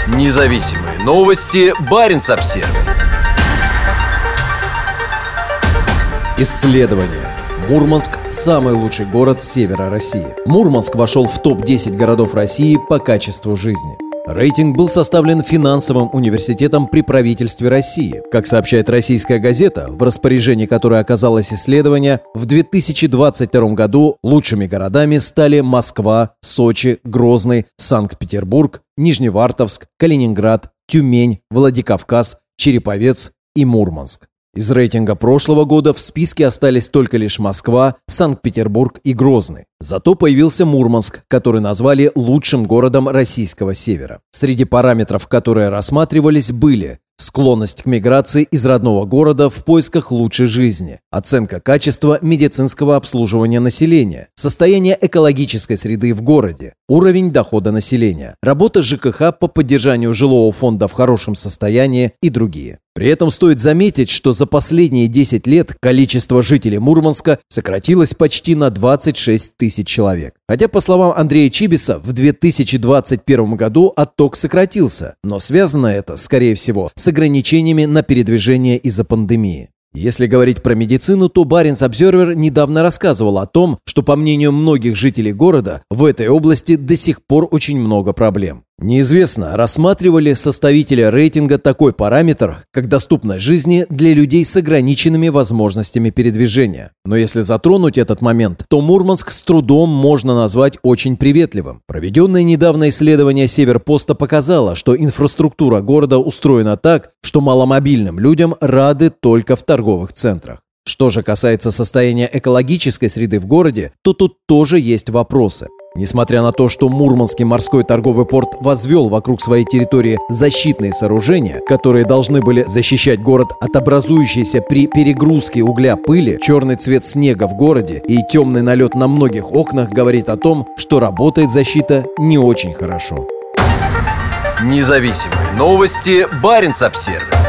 Независимые новости. Баренц-Обсервис. Исследование. Мурманск – самый лучший город севера России. Мурманск вошел в топ-10 городов России по качеству жизни. Рейтинг был составлен финансовым университетом при правительстве России. Как сообщает «Российская газета», в распоряжении которой оказалось исследование, в 2022 году лучшими городами стали Москва, Сочи, Грозный, Санкт-Петербург, Нижневартовск, Калининград, Тюмень, Владикавказ, Череповец и Мурманск. Из рейтинга прошлого года в списке остались только лишь Москва, Санкт-Петербург и Грозный. Зато появился Мурманск, который назвали лучшим городом российского севера. Среди параметров, которые рассматривались, были склонность к миграции из родного города в поисках лучшей жизни, оценка качества медицинского обслуживания населения, состояние экологической среды в городе, уровень дохода населения, работа ЖКХ по поддержанию жилого фонда в хорошем состоянии и другие. При этом стоит заметить, что за последние 10 лет количество жителей Мурманска сократилось почти на 26 тысяч человек. Хотя, по словам Андрея Чибиса, в 2021 году отток сократился, но связано это, скорее всего, с ограничениями на передвижение из-за пандемии. Если говорить про медицину, то Баренц-Обсервис недавно рассказывал о том, что, по мнению многих жителей города, в этой области до сих пор очень много проблем. Неизвестно, рассматривали составители рейтинга такой параметр, как доступность жизни для людей с ограниченными возможностями передвижения. Но если затронуть этот момент, то Мурманск с трудом можно назвать очень приветливым. Проведенное недавно исследование Северпоста показало, что инфраструктура города устроена так, что маломобильным людям рады только в торговых центрах. Что же касается состояния экологической среды в городе, то тут тоже есть вопросы. Несмотря на то, что Мурманский морской торговый порт возвел вокруг своей территории защитные сооружения, которые должны были защищать город от образующейся при перегрузке угля пыли, черный цвет снега в городе и темный налет на многих окнах говорит о том, что работает защита не очень хорошо. Независимые новости. Баренц-Обсервис.